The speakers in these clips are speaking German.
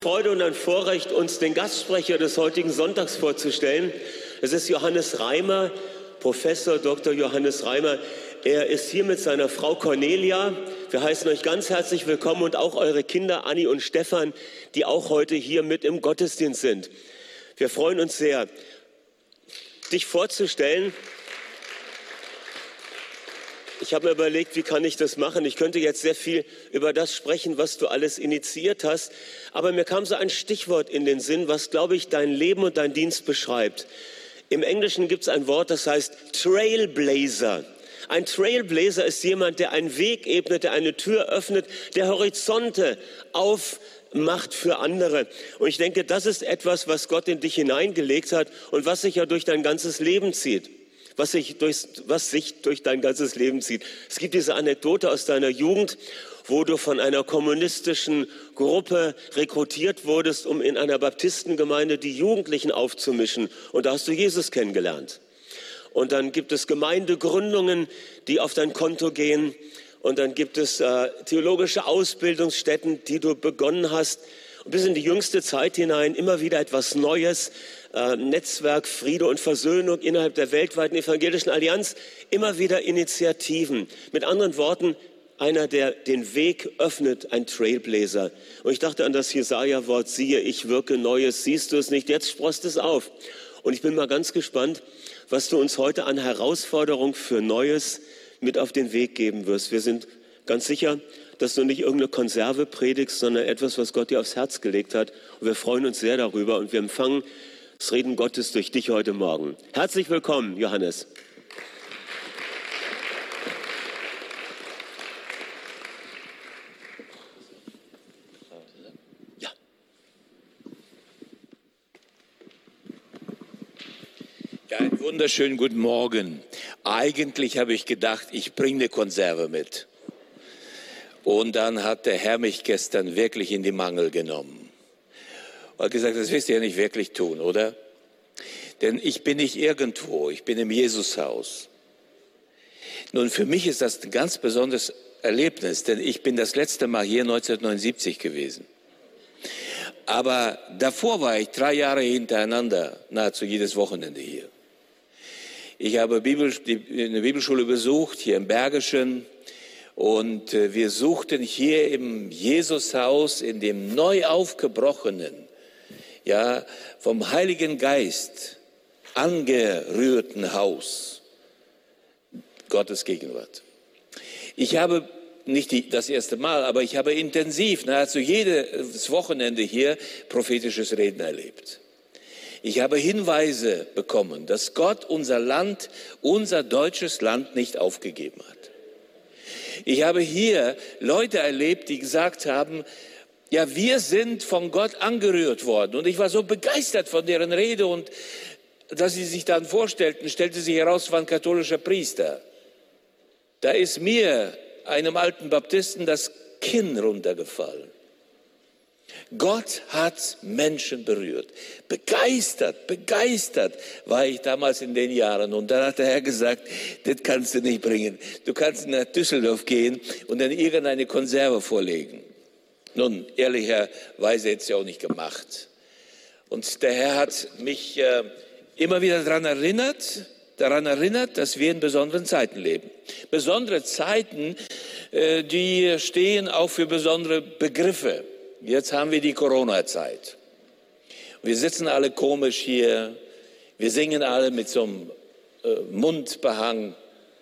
Freude und ein Vorrecht, uns den Gastsprecher des heutigen Sonntags vorzustellen. Es ist Johannes Reimer, Professor Dr. Johannes Reimer. Er ist hier mit seiner Frau Cornelia. Wir heißen euch ganz herzlich willkommen und auch eure Kinder Anni und Stefan, die auch heute hier mit im Gottesdienst sind. Wir freuen uns sehr, dich vorzustellen. Ich habe mir überlegt, wie kann ich das machen? Ich könnte jetzt sehr viel über das sprechen, was du alles initiiert hast. Aber mir kam so ein Stichwort in den Sinn, was, glaube ich, dein Leben und dein Dienst beschreibt. Im Englischen gibt es ein Wort, das heißt Trailblazer. Ein Trailblazer ist jemand, der einen Weg ebnet, der eine Tür öffnet, der Horizonte aufmacht für andere. Und ich denke, das ist etwas, was Gott in dich hineingelegt hat und was sich ja durch dein ganzes Leben zieht. Was sich durch dein ganzes Leben zieht. Es gibt diese Anekdote aus deiner Jugend, wo du von einer kommunistischen Gruppe rekrutiert wurdest, um in einer Baptistengemeinde die Jugendlichen aufzumischen. Und da hast du Jesus kennengelernt. Und dann gibt es Gemeindegründungen, die auf dein Konto gehen. Und dann gibt es theologische Ausbildungsstätten, die du begonnen hast. Und bis in die jüngste Zeit hinein immer wieder etwas Neues. Netzwerk Friede und Versöhnung innerhalb der weltweiten evangelischen Allianz, immer wieder Initiativen. Mit anderen Worten, einer, der den Weg öffnet, ein Trailblazer. Und ich dachte an das Jesaja-Wort, siehe, ich wirke Neues, siehst du es nicht, jetzt sproßt es auf. Und ich bin mal ganz gespannt, was du uns heute an Herausforderung für Neues mit auf den Weg geben wirst. Wir sind ganz sicher, dass du nicht irgendeine Konserve predigst, sondern etwas, was Gott dir aufs Herz gelegt hat. Und wir freuen uns sehr darüber und wir empfangen das Reden Gottes durch dich heute Morgen. Herzlich willkommen, Johannes. Ja. Ja, einen wunderschönen guten Morgen. Eigentlich habe ich gedacht, ich bringe eine Konserve mit. Und dann hat der Herr mich gestern wirklich in die Mangel genommen. Und hat gesagt, das wirst du ja nicht wirklich tun, oder? Denn ich bin nicht irgendwo, ich bin im Jesushaus. Nun, für mich ist das ein ganz besonderes Erlebnis, denn ich bin das letzte Mal hier 1979 gewesen. Aber davor war ich 3 Jahre hintereinander, nahezu jedes Wochenende hier. Ich habe eine Bibelschule besucht, hier im Bergischen. Und wir suchten hier im Jesushaus, in dem neu aufgebrochenen, ja, vom Heiligen Geist angerührten Haus Gottes Gegenwart. Ich habe nicht das erste Mal, aber ich habe intensiv, nahezu jedes Wochenende hier prophetisches Reden erlebt. Ich habe Hinweise bekommen, dass Gott unser Land, unser deutsches Land nicht aufgegeben hat. Ich habe hier Leute erlebt, die gesagt haben, ja, wir sind von Gott angerührt worden. Und ich war so begeistert von deren Rede und dass sie sich dann vorstellten, stellte sich heraus, es war ein katholischer Priester. Da ist mir, einem alten Baptisten, das Kinn runtergefallen. Gott hat Menschen berührt. Begeistert war ich damals in den Jahren. Und dann hat der Herr gesagt, das kannst du nicht bringen. Du kannst nach Düsseldorf gehen und dann irgendeine Konserve vorlegen. Nun, ehrlicherweise hätte es ja auch nicht gemacht. Und der Herr hat mich immer wieder daran erinnert, dass wir in besonderen Zeiten leben. Besondere Zeiten, die stehen auch für besondere Begriffe. Jetzt haben wir die Corona-Zeit. Wir sitzen alle komisch hier. Wir singen alle mit so einem Mundbehang.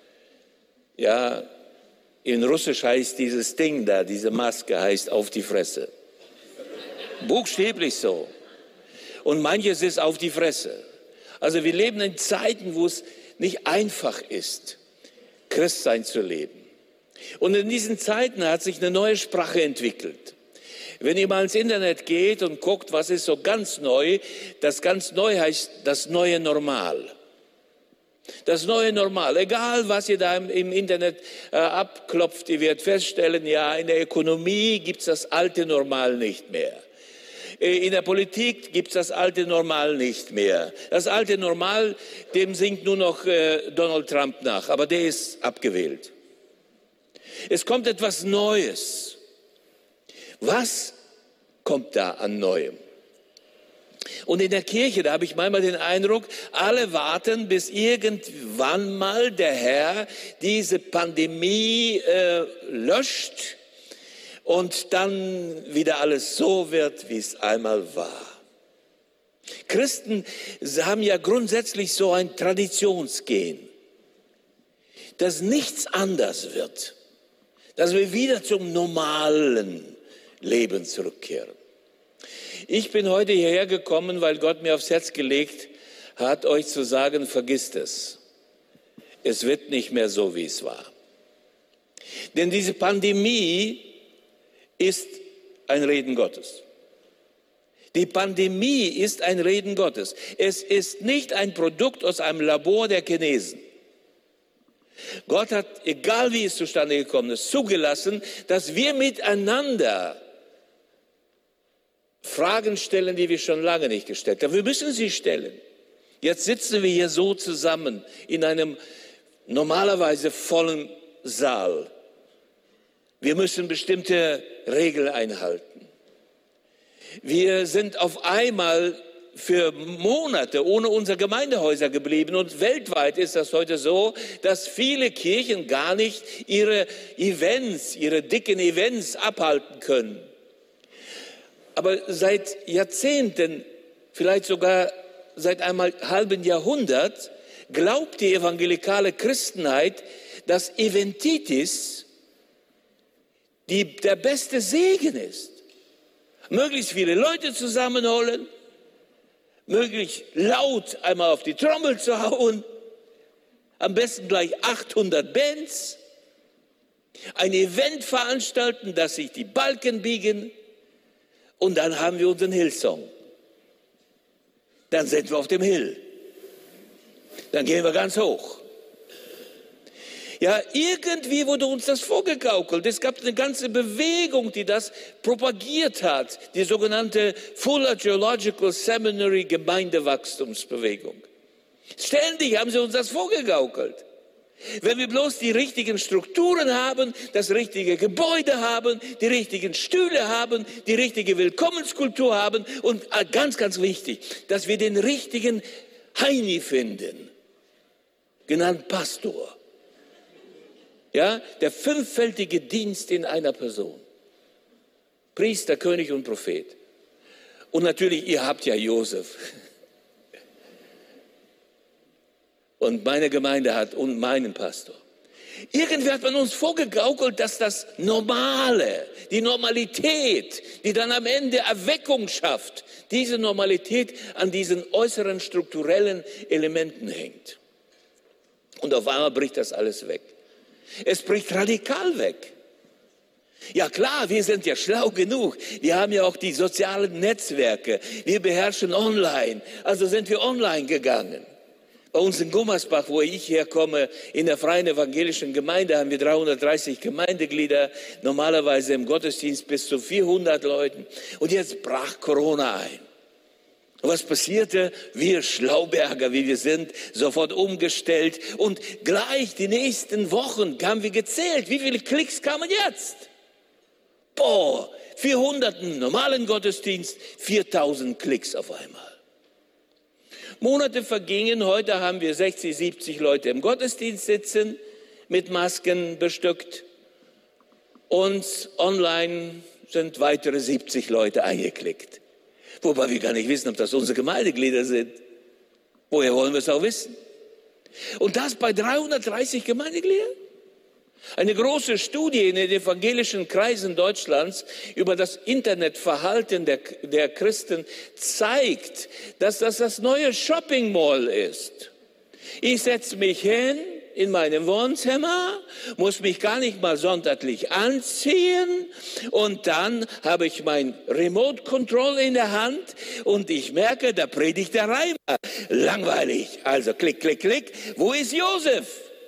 Ja, in Russisch heißt dieses Ding da, diese Maske heißt auf die Fresse. Buchstäblich so. Und manches ist auf die Fresse. Also wir leben in Zeiten, wo es nicht einfach ist, Christsein zu leben. Und in diesen Zeiten hat sich eine neue Sprache entwickelt. Wenn ihr mal ins Internet geht und guckt, was ist so ganz neu, das ganz neu heißt das neue Normal. Das neue Normal, egal was ihr da im Internet abklopft, ihr werdet feststellen, ja, in der Ökonomie gibt es das alte Normal nicht mehr. In der Politik gibt es das alte Normal nicht mehr. Das alte Normal, dem singt nur noch Donald Trump nach, aber der ist abgewählt. Es kommt etwas Neues. Was kommt da an Neuem. Und in der Kirche, da habe ich manchmal den Eindruck, alle warten, bis irgendwann mal der Herr diese Pandemie löscht und dann wieder alles so wird, wie es einmal war. Christen haben ja grundsätzlich so ein Traditionsgen, dass nichts anders wird, dass wir wieder zum normalen Leben zurückkehren. Ich bin heute hierher gekommen, weil Gott mir aufs Herz gelegt hat, euch zu sagen, vergisst es. Es wird nicht mehr so, wie es war. Denn diese Pandemie ist ein Reden Gottes. Die Pandemie ist ein Reden Gottes. Es ist nicht ein Produkt aus einem Labor der Chinesen. Gott hat, egal wie es zustande gekommen ist, zugelassen, dass wir miteinander Fragen stellen, die wir schon lange nicht gestellt haben. Wir müssen sie stellen. Jetzt sitzen wir hier so zusammen in einem normalerweise vollen Saal. Wir müssen bestimmte Regeln einhalten. Wir sind auf einmal für Monate ohne unsere Gemeindehäuser geblieben. Und weltweit ist das heute so, dass viele Kirchen gar nicht ihre Events, ihre dicken Events abhalten können. Aber seit Jahrzehnten, vielleicht sogar seit einem halben Jahrhundert, glaubt die evangelikale Christenheit, dass Eventitis der beste Segen ist. Möglichst viele Leute zusammenholen, möglichst laut einmal auf die Trommel zu hauen, am besten gleich 800 Bands, ein Event veranstalten, dass sich die Balken biegen und dann haben wir unseren Hillsong. Dann sind wir auf dem Hill. Dann gehen wir ganz hoch. Ja, irgendwie wurde uns das vorgegaukelt. Es gab eine ganze Bewegung, die das propagiert hat, die sogenannte Fuller Theological Seminary Gemeindewachstumsbewegung. Ständig haben sie uns das vorgegaukelt. Wenn wir bloß die richtigen Strukturen haben, das richtige Gebäude haben, die richtigen Stühle haben, die richtige Willkommenskultur haben und ganz, ganz wichtig, dass wir den richtigen Heini finden, genannt Pastor. Ja, der fünffältige Dienst in einer Person. Priester, König und Prophet. Und natürlich, ihr habt ja Josef. Und meine Gemeinde hat und meinen Pastor. Irgendwie hat man uns vorgegaukelt, dass das Normale, die Normalität, die dann am Ende Erweckung schafft, diese Normalität an diesen äußeren strukturellen Elementen hängt. Und auf einmal bricht das alles weg. Es bricht radikal weg. Ja klar, wir sind ja schlau genug. Wir haben ja auch die sozialen Netzwerke. Wir beherrschen online. Also sind wir online gegangen. Bei uns in Gummersbach, wo ich herkomme, in der Freien Evangelischen Gemeinde, haben wir 330 Gemeindeglieder, normalerweise im Gottesdienst bis zu 400 Leuten. Und jetzt brach Corona ein. Und was passierte? Wir Schlauberger, wie wir sind, sofort umgestellt. Und gleich die nächsten Wochen haben wir gezählt, wie viele Klicks kamen jetzt? 400 im normalen Gottesdienst, 4000 Klicks auf einmal. Monate vergingen, heute haben wir 60, 70 Leute im Gottesdienst sitzen, mit Masken bestückt. Und online sind weitere 70 Leute eingeklickt. Wobei wir gar nicht wissen, ob das unsere Gemeindeglieder sind. Woher wollen wir es auch wissen? Und das bei 330 Gemeindegliedern? Eine große Studie in den evangelischen Kreisen Deutschlands über das Internetverhalten der Christen zeigt, dass das neue Shopping Mall ist. Ich setze mich hin in meinem Wohnzimmer, muss mich gar nicht mal sonderlich anziehen und dann habe ich mein Remote Control in der Hand und ich merke, da predigt der Reimer. Langweilig. Also klick, klick, klick. Wo ist Josef?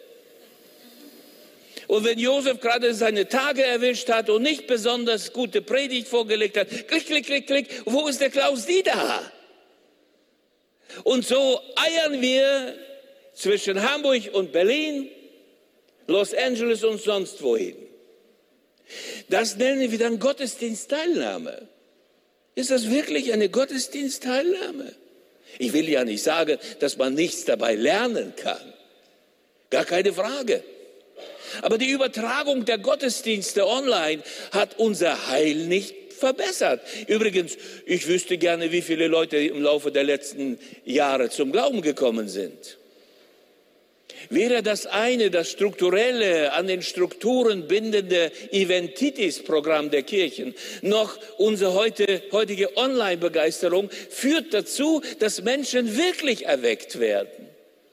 Und wenn Josef gerade seine Tage erwischt hat und nicht besonders gute Predigt vorgelegt hat, klick, klick, klick, klick, wo ist der Klaus Dieter? Und so eiern wir zwischen Hamburg und Berlin, Los Angeles und sonst wohin. Das nennen wir dann Gottesdienstteilnahme. Ist das wirklich eine Gottesdienstteilnahme? Ich will ja nicht sagen, dass man nichts dabei lernen kann. Gar keine Frage. Aber die Übertragung der Gottesdienste online hat unser Heil nicht verbessert. Übrigens, ich wüsste gerne, wie viele Leute im Laufe der letzten Jahre zum Glauben gekommen sind. Weder das eine, das strukturelle, an den Strukturen bindende Eventitis-Programm der Kirchen, noch unsere heutige Online-Begeisterung führt dazu, dass Menschen wirklich erweckt werden.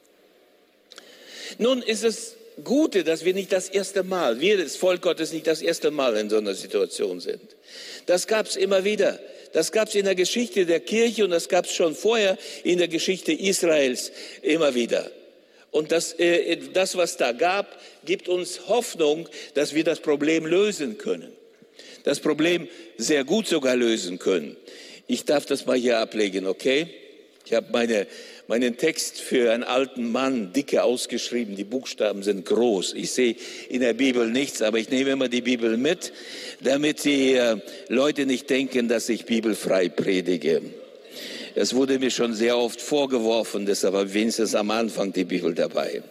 Nun ist es Gute, dass wir nicht das erste Mal, wir das Volk Gottes nicht das erste Mal in so einer Situation sind. Das gab es immer wieder. Das gab es in der Geschichte der Kirche und das gab es schon vorher in der Geschichte Israels immer wieder. Und das, was da gab, gibt uns Hoffnung, dass wir das Problem lösen können. Das Problem sehr gut sogar lösen können. Ich darf das mal hier ablegen, okay? Ich habe meinen Text für einen alten Mann dicke ausgeschrieben. Die Buchstaben sind groß. Ich sehe in der Bibel nichts, aber ich nehme immer die Bibel mit, damit die Leute nicht denken, dass ich bibelfrei predige. Es wurde mir schon sehr oft vorgeworfen, deshalb habe ich wenigstens am Anfang die Bibel dabei.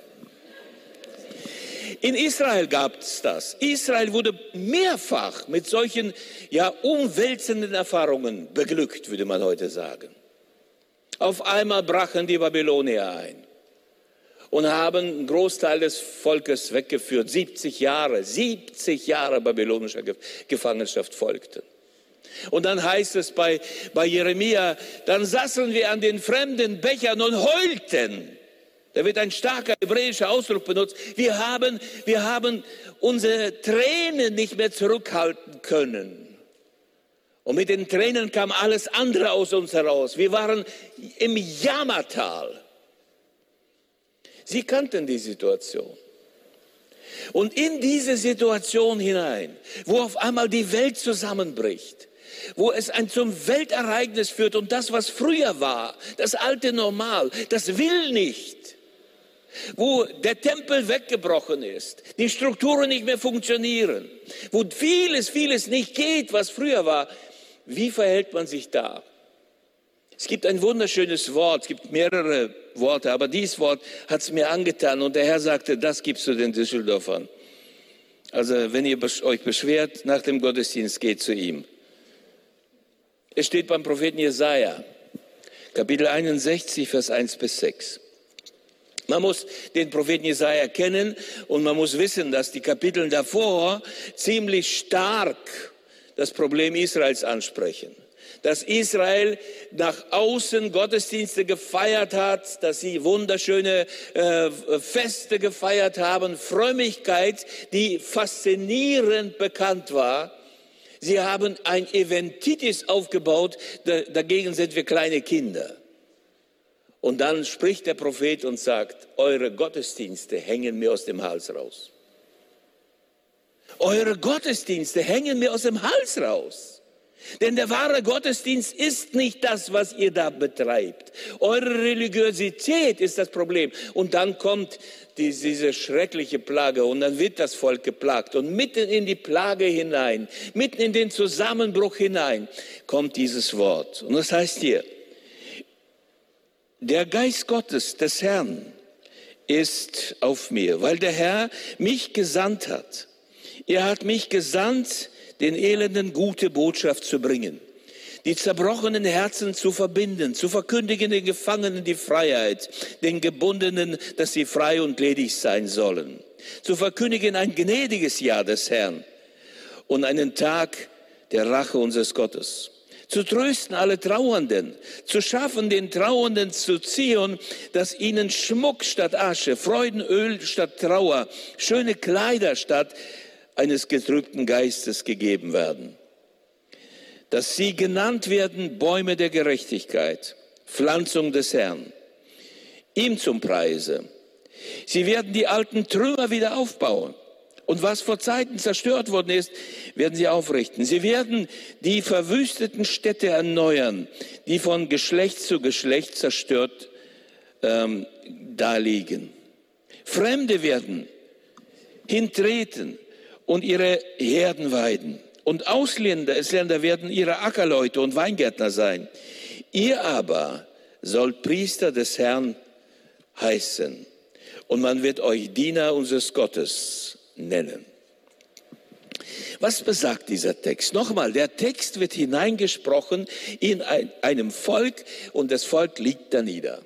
In Israel gab es das. Israel wurde mehrfach mit solchen umwälzenden Erfahrungen beglückt, würde man heute sagen. Auf einmal brachen die Babylonier ein und haben einen Großteil des Volkes weggeführt. 70 Jahre babylonischer Gefangenschaft folgten. Und dann heißt es bei Jeremia, dann saßen wir an den fremden Bechern und heulten. Da wird ein starker hebräischer Ausdruck benutzt. Wir haben unsere Tränen nicht mehr zurückhalten können. Und mit den Tränen kam alles andere aus uns heraus. Wir waren im Jammertal. Sie kannten die Situation. Und in diese Situation hinein, wo auf einmal die Welt zusammenbricht, wo es zum Weltereignis führt und das, was früher war, das alte Normal, das will nicht. Wo der Tempel weggebrochen ist, die Strukturen nicht mehr funktionieren, wo vieles nicht geht, was früher war. Wie verhält man sich da? Es gibt ein wunderschönes Wort, es gibt mehrere Worte, aber dieses Wort hat es mir angetan und der Herr sagte, das gibst du den Düsseldorfern. Also wenn ihr euch beschwert nach dem Gottesdienst, geht zu ihm. Es steht beim Propheten Jesaja, Kapitel 61, Vers 1 bis 6. Man muss den Propheten Jesaja kennen und man muss wissen, dass die Kapitel davor ziemlich stark das Problem Israels ansprechen. Dass Israel nach außen Gottesdienste gefeiert hat, dass sie wunderschöne Feste gefeiert haben, Frömmigkeit, die faszinierend bekannt war. Sie haben ein Eventitis aufgebaut, dagegen sind wir kleine Kinder. Und dann spricht der Prophet und sagt, eure Gottesdienste hängen mir aus dem Hals raus. Eure Gottesdienste hängen mir aus dem Hals raus. Denn der wahre Gottesdienst ist nicht das, was ihr da betreibt. Eure Religiosität ist das Problem. Und dann kommt diese schreckliche Plage und dann wird das Volk geplagt. Und mitten in die Plage hinein, mitten in den Zusammenbruch hinein, kommt dieses Wort. Und das heißt hier, der Geist Gottes, des Herrn, ist auf mir, weil der Herr mich gesandt hat. Er hat mich gesandt, den Elenden gute Botschaft zu bringen, die zerbrochenen Herzen zu verbinden, zu verkündigen den Gefangenen die Freiheit, den Gebundenen, dass sie frei und ledig sein sollen, zu verkündigen ein gnädiges Jahr des Herrn und einen Tag der Rache unseres Gottes, zu trösten alle Trauernden, zu schaffen den Trauernden zu Zion, dass ihnen Schmuck statt Asche, Freudenöl statt Trauer, schöne Kleider statt eines getrübten Geistes gegeben werden. Dass sie genannt werden Bäume der Gerechtigkeit, Pflanzung des Herrn, ihm zum Preise. Sie werden die alten Trümmer wieder aufbauen. Und was vor Zeiten zerstört worden ist, werden sie aufrichten. Sie werden die verwüsteten Städte erneuern, die von Geschlecht zu Geschlecht zerstört daliegen. Fremde werden hintreten und ihre Herden weiden. und Ausländer werden ihre Ackerleute und Weingärtner sein. Ihr aber sollt Priester des Herrn heißen und man wird euch Diener unseres Gottes nennen. Was besagt dieser Text? Nochmal, der Text wird hineingesprochen in einem Volk und das Volk liegt da nieder.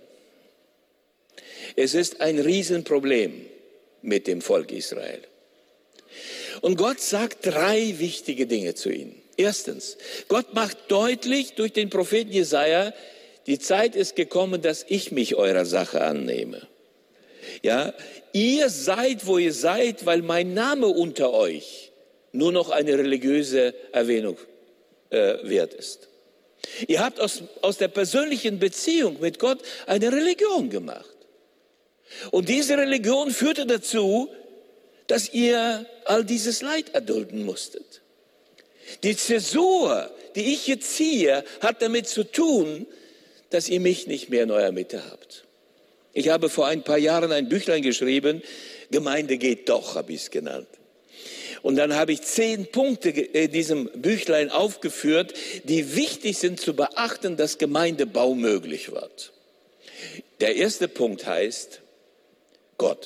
Es ist ein Riesenproblem mit dem Volk Israel. Und Gott sagt 3 wichtige Dinge zu ihnen. Erstens, Gott macht deutlich durch den Propheten Jesaja, die Zeit ist gekommen, dass ich mich eurer Sache annehme. Ja, ihr seid, wo ihr seid, weil mein Name unter euch nur noch eine religiöse Erwähnung wert ist. Ihr habt aus der persönlichen Beziehung mit Gott eine Religion gemacht. Und diese Religion führte dazu, dass ihr all dieses Leid erdulden musstet. Die Zäsur, die ich jetzt ziehe, hat damit zu tun, dass ihr mich nicht mehr in eurer Mitte habt. Ich habe vor ein paar Jahren ein Büchlein geschrieben, Gemeinde geht doch, habe ich es genannt. Und dann habe ich 10 Punkte in diesem Büchlein aufgeführt, die wichtig sind zu beachten, dass Gemeindebau möglich wird. Der erste Punkt heißt Gott.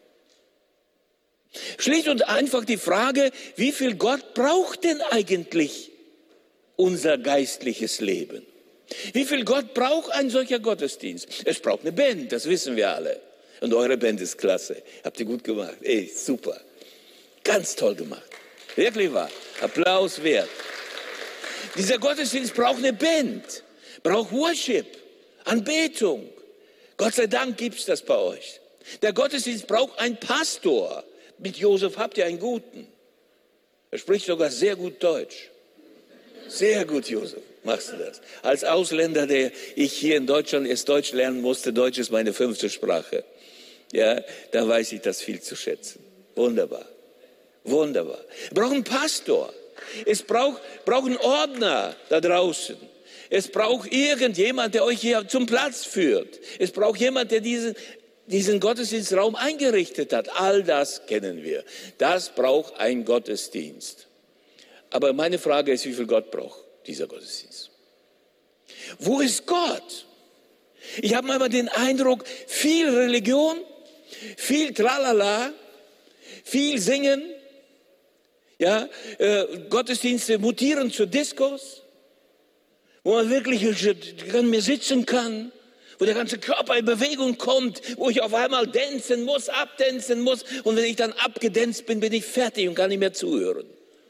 Schlicht und einfach die Frage, wie viel Gott braucht denn eigentlich unser geistliches Leben? Wie viel Gott braucht ein solcher Gottesdienst? Es braucht eine Band, das wissen wir alle. Und eure Band ist klasse. Habt ihr gut gemacht. Ey, super. Ganz toll gemacht. Wirklich wahr. Applaus wert. Dieser Gottesdienst braucht eine Band, braucht Worship, Anbetung. Gott sei Dank gibt es das bei euch. Der Gottesdienst braucht einen Pastor. Mit Josef habt ihr einen guten. Er spricht sogar sehr gut Deutsch. Sehr gut, Josef, machst du das. Als Ausländer, der ich hier in Deutschland erst Deutsch lernen musste, Deutsch ist meine 5. Sprache. Ja, da weiß ich das viel zu schätzen. Wunderbar. Wunderbar. Wir brauchen einen Pastor. Es braucht einen Ordner da draußen. Es braucht irgendjemand, der euch hier zum Platz führt. Es braucht jemand, der diesen Gottesdienstraum eingerichtet hat. All das kennen wir. Das braucht ein Gottesdienst. Aber meine Frage ist, wie viel Gott braucht dieser Gottesdienst? Wo ist Gott? Ich habe manchmal den Eindruck, viel Religion, viel Tralala, viel Singen, ja, Gottesdienste mutieren zu Diskos, wo man wirklich mehr sitzen kann, wo der ganze Körper in Bewegung kommt, wo ich auf einmal tanzen muss, abtanzen muss. Und wenn ich dann abgedanzt bin, bin ich fertig und kann nicht mehr zuhören.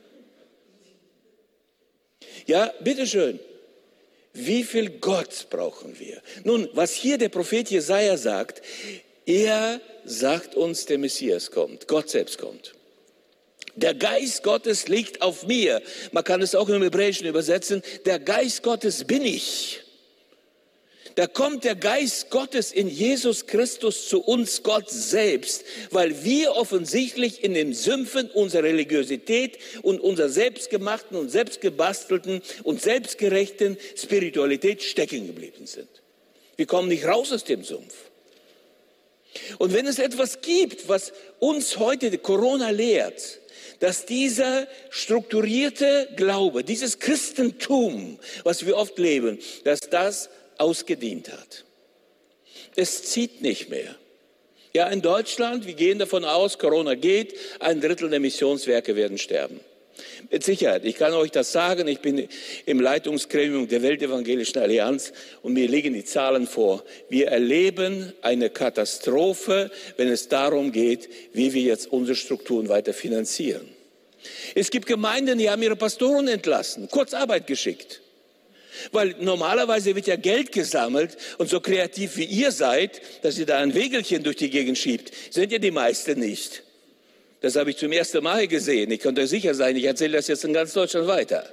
Ja, bitteschön. Wie viel Gott brauchen wir? Nun, was hier der Prophet Jesaja sagt, er sagt uns, der Messias kommt, Gott selbst kommt. Der Geist Gottes liegt auf mir. Man kann es auch im Hebräischen übersetzen. Der Geist Gottes bin ich. Da kommt der Geist Gottes in Jesus Christus zu uns, Gott selbst, weil wir offensichtlich in den Sümpfen unserer Religiosität und unserer selbstgemachten und selbstgebastelten und selbstgerechten Spiritualität stecken geblieben sind. Wir kommen nicht raus aus dem Sumpf. Und wenn es etwas gibt, was uns heute Corona lehrt, dass dieser strukturierte Glaube, dieses Christentum, was wir oft leben, dass das ausgedient hat. Es zieht nicht mehr. Ja, in Deutschland, wir gehen davon aus, Corona geht, 1/3 der Missionswerke werden sterben. Mit Sicherheit, ich kann euch das sagen, ich bin im Leitungsgremium der Weltevangelischen Allianz und mir liegen die Zahlen vor. Wir erleben eine Katastrophe, wenn es darum geht, wie wir jetzt unsere Strukturen weiter finanzieren. Es gibt Gemeinden, die haben ihre Pastoren entlassen, Kurzarbeit geschickt. Weil normalerweise wird ja Geld gesammelt und so kreativ wie ihr seid, dass ihr da ein Wägelchen durch die Gegend schiebt, sind ja die meisten nicht. Das habe ich zum ersten Mal gesehen. Ich konnte sicher sein, ich erzähle das jetzt in ganz Deutschland weiter.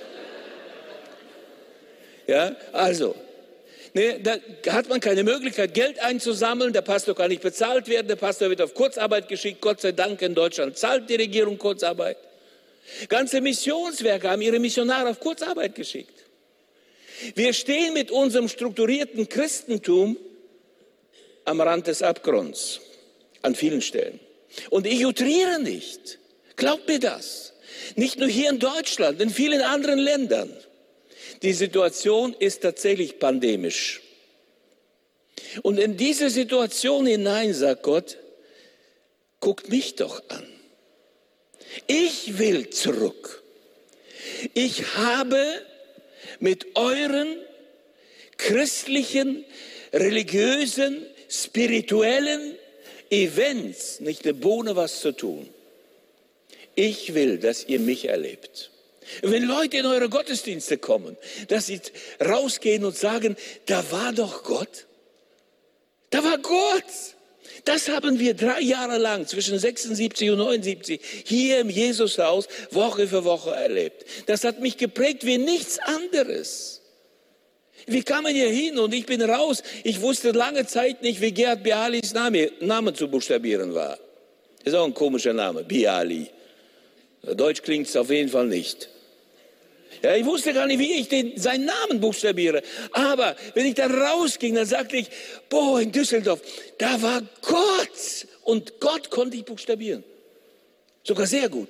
Ja, also, da hat man keine Möglichkeit, Geld einzusammeln. Der Pastor kann nicht bezahlt werden. Der Pastor wird auf Kurzarbeit geschickt. Gott sei Dank in Deutschland zahlt die Regierung Kurzarbeit. Ganze Missionswerke haben ihre Missionare auf Kurzarbeit geschickt. Wir stehen mit unserem strukturierten Christentum am Rand des Abgrunds an vielen Stellen. Und ich outriere nicht. Glaubt mir das. Nicht nur hier in Deutschland, in vielen anderen Ländern. Die Situation ist tatsächlich pandemisch. Und in diese Situation hinein sagt Gott, guckt mich doch an. Ich will zurück. Ich habe mit euren christlichen, religiösen, spirituellen Events nicht eine Bohne was zu tun. Ich will, dass ihr mich erlebt. Und wenn Leute in eure Gottesdienste kommen, dass sie rausgehen und sagen, da war doch Gott. Da war Gott. Das haben wir 3 Jahre lang zwischen 76 und 79 hier im Jesushaus Woche für Woche erlebt. Das hat mich geprägt wie nichts anderes. Wir kamen hier hin und ich bin raus. Ich wusste lange Zeit nicht, wie Gerhard Bialis Name zu buchstabieren war. Ist auch ein komischer Name, Biali. Deutsch klingt es auf jeden Fall nicht. Ja, ich wusste gar nicht, wie ich seinen Namen buchstabiere. Aber wenn ich da rausging, dann sagte ich, boah, in Düsseldorf, da war Gott. Und Gott konnte ich buchstabieren. Sogar sehr gut.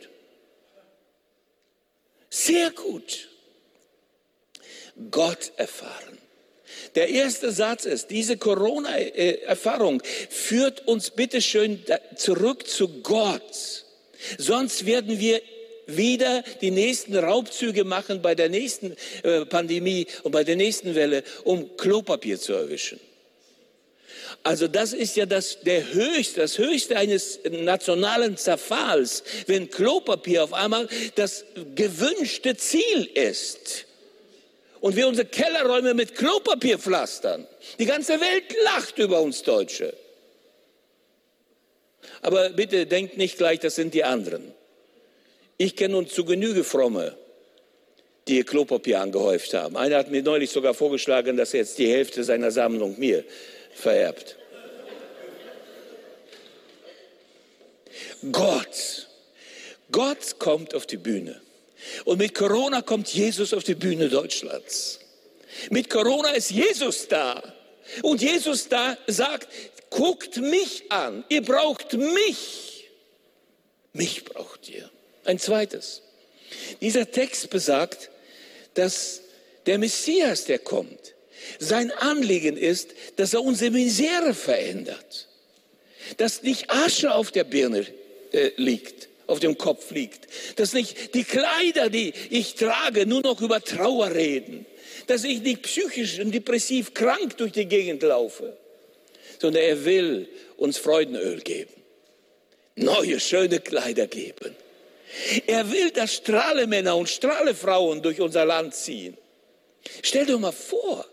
Sehr gut. Gott erfahren. Der erste Satz ist, diese Corona-Erfahrung führt uns bitteschön zurück zu Gott. Sonst werden wir wieder die nächsten Raubzüge machen bei der nächsten Pandemie und bei der nächsten Welle, um Klopapier zu erwischen. Also das ist ja das Höchste eines nationalen Zerfalls, wenn Klopapier auf einmal das gewünschte Ziel ist. Und wir unsere Kellerräume mit Klopapier pflastern. Die ganze Welt lacht über uns Deutsche. Aber bitte denkt nicht gleich, das sind die anderen. Ich kenne uns zu Genüge Fromme, die ihr Klopapier angehäuft haben. Einer hat mir neulich sogar vorgeschlagen, dass er jetzt die Hälfte seiner Sammlung mir vererbt. Gott kommt auf die Bühne. Und mit Corona kommt Jesus auf die Bühne Deutschlands. Mit Corona ist Jesus da. Und Jesus da sagt, guckt mich an. Ihr braucht mich. Mich braucht ihr. Ein zweites. Dieser Text besagt, dass der Messias, der kommt, sein Anliegen ist, dass er unsere Misere verändert. Dass nicht Asche auf der Birne liegt, auf dem Kopf liegt. Dass nicht die Kleider, die ich trage, nur noch über Trauer reden. Dass ich nicht psychisch und depressiv krank durch die Gegend laufe. Sondern er will uns Freudenöl geben. Neue, schöne Kleider geben. Er will, dass Strahlemänner und Strahlefrauen durch unser Land ziehen. Stell dir mal vor,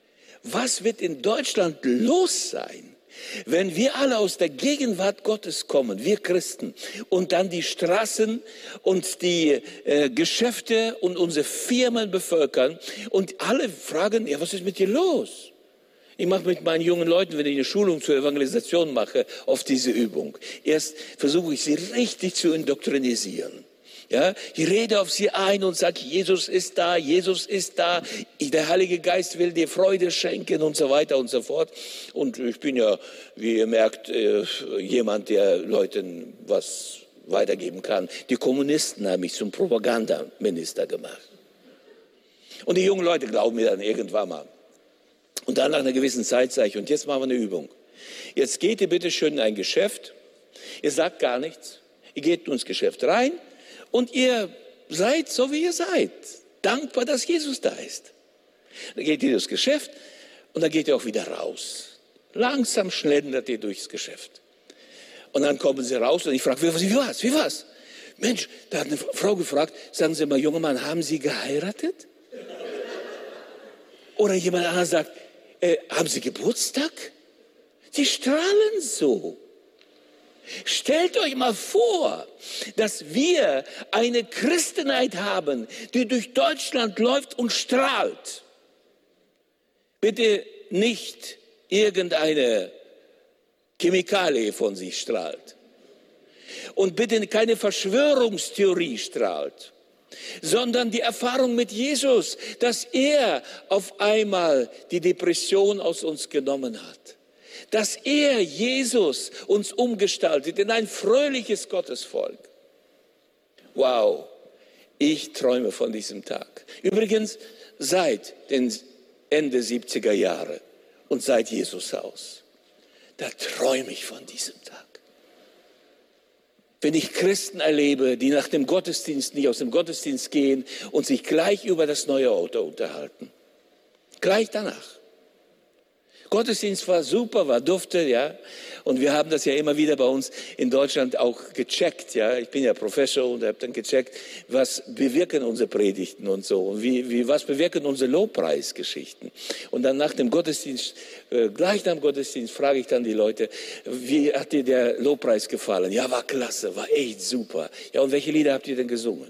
was wird in Deutschland los sein, wenn wir alle aus der Gegenwart Gottes kommen, wir Christen, und dann die Straßen und die Geschäfte und unsere Firmen bevölkern und alle fragen, ja, was ist mit dir los? Ich mache mit meinen jungen Leuten, wenn ich eine Schulung zur Evangelisation mache, oft diese Übung. Erst versuche ich sie richtig zu indoktrinisieren. Ja, ich rede auf sie ein und sage, Jesus ist da, Jesus ist da, der Heilige Geist will dir Freude schenken und so weiter und so fort. Und ich bin ja, wie ihr merkt, jemand, der Leuten was weitergeben kann. Die Kommunisten haben mich zum Propagandaminister gemacht. Und die jungen Leute glauben mir dann irgendwann mal. Und dann nach einer gewissen Zeit sage ich, und jetzt machen wir eine Übung. Jetzt geht ihr bitte schön in ein Geschäft, ihr sagt gar nichts, ihr geht ins Geschäft rein und ihr seid so, wie ihr seid. Dankbar, dass Jesus da ist. Dann geht ihr durchs Geschäft und dann geht ihr auch wieder raus. Langsam schlendert ihr durchs Geschäft. Und dann kommen sie raus und ich frage, wie war's? Mensch, da hat eine Frau gefragt, sagen Sie mal, junger Mann, haben Sie geheiratet? Oder jemand anderes sagt, haben Sie Geburtstag? Sie strahlen so. Stellt euch mal vor, dass wir eine Christenheit haben, die durch Deutschland läuft und strahlt. Bitte nicht irgendeine Chemikalie von sich strahlt. Und bitte keine Verschwörungstheorie strahlt. Sondern die Erfahrung mit Jesus, dass er auf einmal die Depression aus uns genommen hat. Dass er, Jesus, uns umgestaltet in ein fröhliches Gottesvolk. Wow, Ich träume von diesem Tag. Übrigens, seit den Ende 70er Jahre und seit Jesus Haus, da träume ich von diesem Tag. Wenn ich Christen erlebe, die nach dem Gottesdienst nicht aus dem Gottesdienst gehen und sich gleich über das neue Auto unterhalten. Gleich danach. Gottesdienst war super, war dufte, ja. Und wir haben das ja immer wieder bei uns in Deutschland auch gecheckt, ja. Ich bin ja Professor und habe dann gecheckt, was bewirken unsere Predigten und so. Und was bewirken unsere Lobpreisgeschichten. Und dann nach dem Gottesdienst, gleich nach dem Gottesdienst frage ich dann die Leute, wie hat dir der Lobpreis gefallen? Ja, war klasse, war echt super. Ja, und welche Lieder habt ihr denn gesungen?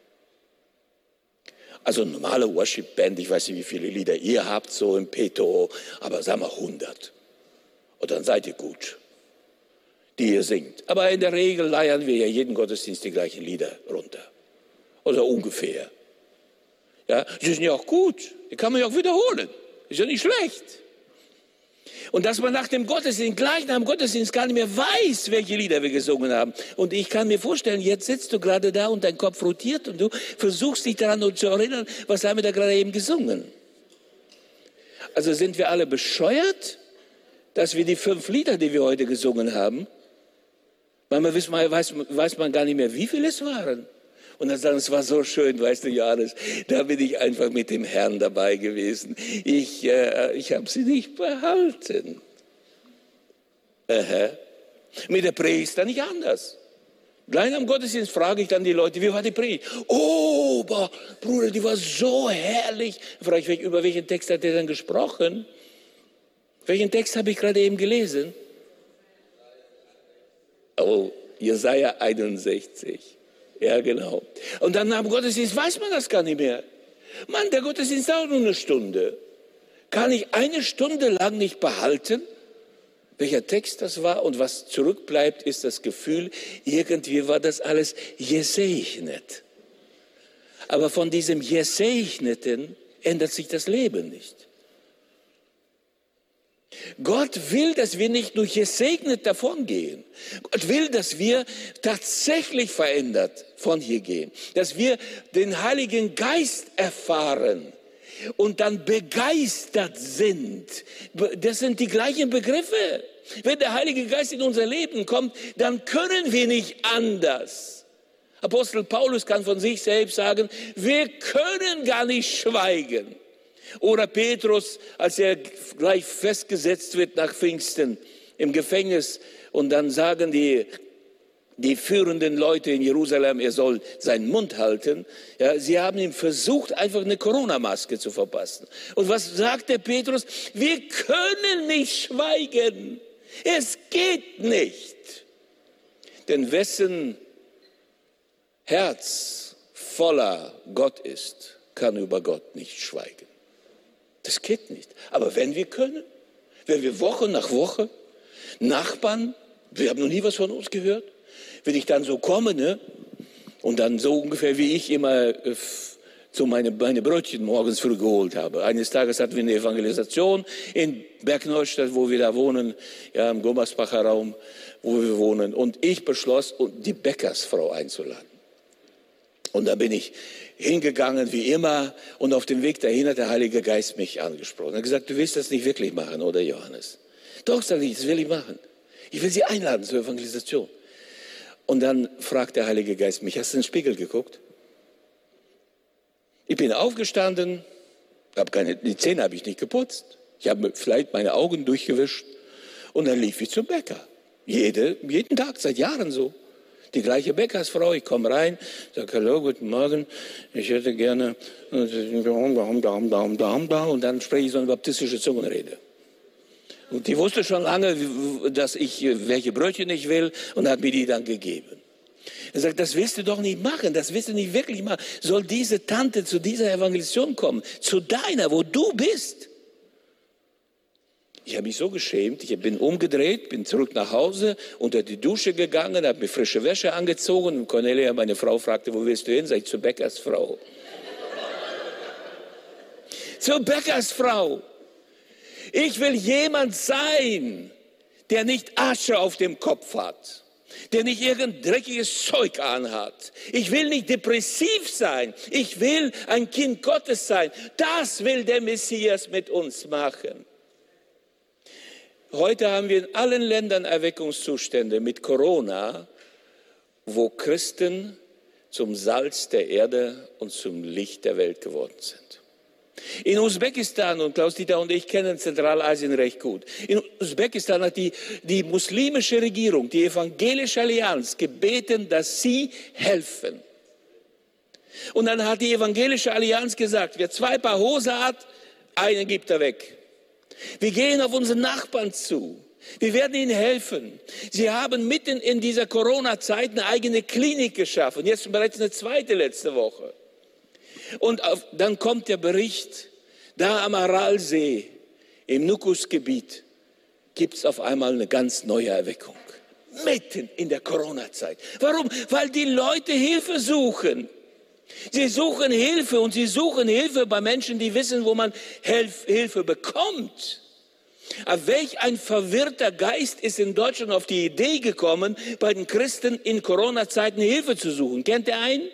Also eine normale Worship-Band, ich weiß nicht, wie viele Lieder ihr habt, so im Petto, aber sagen wir 100. Und dann seid ihr gut, die ihr singt. Aber in der Regel leiern wir ja jeden Gottesdienst die gleichen Lieder runter. Oder ungefähr. Ja, die sind ja auch gut, die kann man ja auch wiederholen. Ist ja nicht schlecht. Und dass man nach dem Gottesdienst, gleich nach dem Gottesdienst gar nicht mehr weiß, welche Lieder wir gesungen haben. Und ich kann mir vorstellen, jetzt sitzt du gerade da und dein Kopf rotiert und du versuchst dich daran zu erinnern, was haben wir da gerade eben gesungen. Also sind wir alle bescheuert, dass wir die 5 Lieder, die wir heute gesungen haben, manchmal weiß man gar nicht mehr, wie viele es waren. Und dann sagen, es war so schön, weißt du, Johannes, da bin ich einfach mit dem Herrn dabei gewesen. Ich habe sie nicht behalten. Mit der Predigt ist dann nicht anders. Gleich am Gottesdienst frage ich dann die Leute, wie war die Predigt? Oh, Bruder, die war so herrlich. Dann frage ich, über welchen Text hat er denn gesprochen? Welchen Text habe ich gerade eben gelesen? Oh, Jesaja 61. Ja, genau. Und dann am Gottesdienst weiß man das gar nicht mehr. Mann, der Gottesdienst dauert nur eine Stunde. Kann ich eine Stunde lang nicht behalten, welcher Text das war? Und was zurückbleibt, ist das Gefühl, irgendwie war das alles gesegnet. Aber von diesem Gesegneten ändert sich das Leben nicht. Gott will, dass wir nicht nur gesegnet davongehen. Gott will, dass wir tatsächlich verändert von hier gehen. Dass wir den Heiligen Geist erfahren und dann begeistert sind. Das sind die gleichen Begriffe. Wenn der Heilige Geist in unser Leben kommt, dann können wir nicht anders. Apostel Paulus kann von sich selbst sagen, wir können gar nicht schweigen. Oder Petrus, als er gleich festgesetzt wird nach Pfingsten im Gefängnis und dann sagen die führenden Leute in Jerusalem, er soll seinen Mund halten. Ja, sie haben ihm versucht, einfach eine Corona-Maske zu verpassen. Und was sagt der Petrus? Wir können nicht schweigen. Es geht nicht. Denn wessen Herz voller Gott ist, kann über Gott nicht schweigen. Das geht nicht. Aber wenn wir können, wenn wir Woche nach Woche, Nachbarn, wir haben noch nie was von uns gehört, wenn ich dann so komme, ne, und dann so ungefähr wie ich immer so meine Brötchen morgens früh geholt habe. Eines Tages hatten wir eine Evangelisation in Bergneustadt, wo wir da wohnen, ja, im Gummersbacher Raum, wo wir wohnen. Und ich beschloss, die Bäckersfrau einzuladen. Und da bin ich hingegangen, wie immer, und auf dem Weg dahin hat der Heilige Geist mich angesprochen. Er hat gesagt, du willst das nicht wirklich machen, oder Johannes? Doch, sage ich, das will ich machen. Ich will sie einladen zur Evangelisation. Und dann fragt der Heilige Geist mich, hast du in den Spiegel geguckt? Ich bin aufgestanden, die Zähne habe ich nicht geputzt. Ich habe vielleicht meine Augen durchgewischt und dann lief ich zum Bäcker. Jeden Tag, seit Jahren so. Die gleiche Bäckersfrau, ich komme rein, sage, hallo, guten Morgen, ich hätte gerne, und dann spreche ich so eine baptistische Zungenrede. Und die wusste schon lange, welche Brötchen ich will und hat mir die dann gegeben. Er sagt, das willst du doch nicht machen, das willst du nicht wirklich machen. Soll diese Tante zu dieser Evangelisation kommen, zu deiner, wo du bist? Ich habe mich so geschämt, ich bin umgedreht, bin zurück nach Hause, unter die Dusche gegangen, habe mir frische Wäsche angezogen und Cornelia, meine Frau, fragte, wo willst du hin? Sag ich, zur Bäckersfrau. Zur Bäckersfrau. Ich will jemand sein, der nicht Asche auf dem Kopf hat. der nicht irgendein dreckiges Zeug anhat. Ich will nicht depressiv sein. Ich will ein Kind Gottes sein. Das will der Messias mit uns machen. Heute haben wir in allen Ländern Erweckungszustände mit Corona, wo Christen zum Salz der Erde und zum Licht der Welt geworden sind. In Usbekistan, und Klaus-Dieter und ich kennen Zentralasien recht gut, in Usbekistan hat die muslimische Regierung, die Evangelische Allianz, gebeten, dass sie helfen. Und dann hat die Evangelische Allianz gesagt, wer 2 Paar Hose hat, einen gibt er weg. Wir gehen auf unsere Nachbarn zu. Wir werden ihnen helfen. Sie haben mitten in dieser Corona-Zeit eine eigene Klinik geschaffen. Jetzt bereits eine zweite letzte Woche. Und dann kommt der Bericht, da am Aralsee, im Nukus-Gebiet, gibt es auf einmal eine ganz neue Erweckung. Mitten in der Corona-Zeit. Warum? Weil die Leute Hilfe suchen. Sie suchen Hilfe und sie suchen Hilfe bei Menschen, die wissen, wo man Hilfe bekommt. Aber welch ein verwirrter Geist ist in Deutschland auf die Idee gekommen, bei den Christen in Corona-Zeiten Hilfe zu suchen. Kennt ihr einen?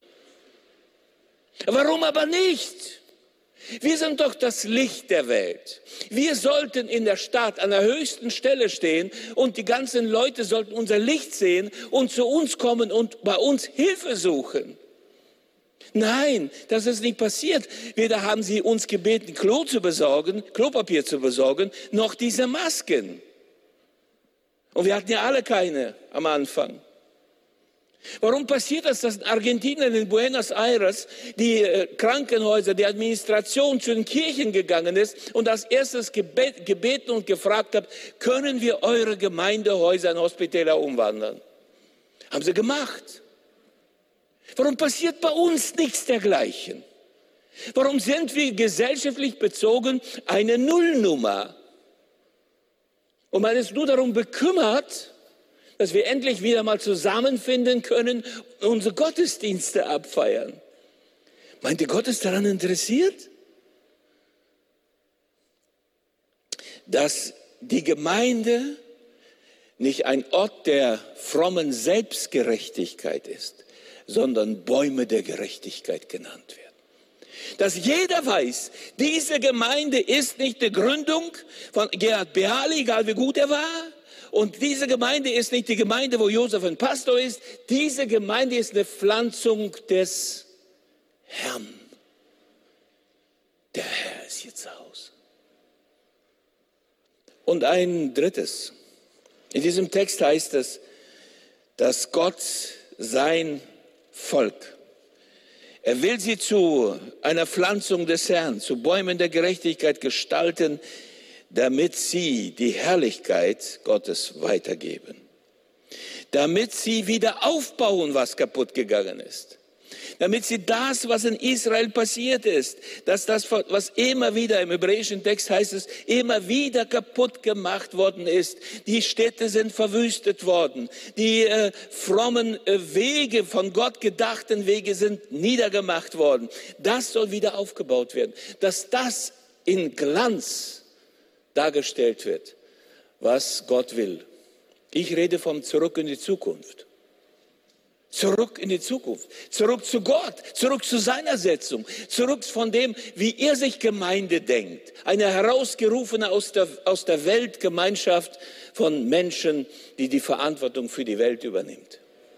Warum aber nicht? Wir sind doch das Licht der Welt. Wir sollten in der Stadt an der höchsten Stelle stehen und die ganzen Leute sollten unser Licht sehen und zu uns kommen und bei uns Hilfe suchen. Nein, das ist nicht passiert. Weder haben sie uns gebeten, Klopapier zu besorgen, noch diese Masken. Und wir hatten ja alle keine am Anfang. Warum passiert das, dass in Argentinien, in Buenos Aires, die Krankenhäuser, die Administration zu den Kirchen gegangen ist und als erstes gebeten und gefragt hat, können wir eure Gemeindehäuser in Hospitäler umwandeln? Haben sie gemacht. Warum passiert bei uns nichts dergleichen? Warum sind wir gesellschaftlich bezogen eine Nullnummer? Und man ist nur darum bekümmert, dass wir endlich wieder mal zusammenfinden können und unsere Gottesdienste abfeiern. Meint ihr, Gott ist daran interessiert? Dass die Gemeinde nicht ein Ort der frommen Selbstgerechtigkeit ist, sondern Bäume der Gerechtigkeit genannt werden. Dass jeder weiß, diese Gemeinde ist nicht die Gründung von Gerhard Beali, egal wie gut er war. Und diese Gemeinde ist nicht die Gemeinde, wo Josef ein Pastor ist. Diese Gemeinde ist eine Pflanzung des Herrn. Der Herr ist hier zu Hause. Und ein drittes. In diesem Text heißt es, dass Gott sein Volk, er will sie zu einer Pflanzung des Herrn, zu Bäumen der Gerechtigkeit gestalten, damit sie die Herrlichkeit Gottes weitergeben. Damit sie wieder aufbauen, was kaputt gegangen ist. Damit sie das, was in Israel passiert ist, dass das, was immer wieder im hebräischen Text heißt es, immer wieder kaputt gemacht worden ist. Die Städte sind verwüstet worden. Die frommen Wege, von Gott gedachten Wege sind niedergemacht worden. Das soll wieder aufgebaut werden. Dass das in Glanz dargestellt wird, was Gott will. Ich rede vom Zurück in die Zukunft. Zurück in die Zukunft, zurück zu Gott, zurück zu seiner Setzung, zurück von dem, wie er sich Gemeinde denkt. Eine herausgerufene aus der Weltgemeinschaft von Menschen, die die Verantwortung für die Welt übernimmt.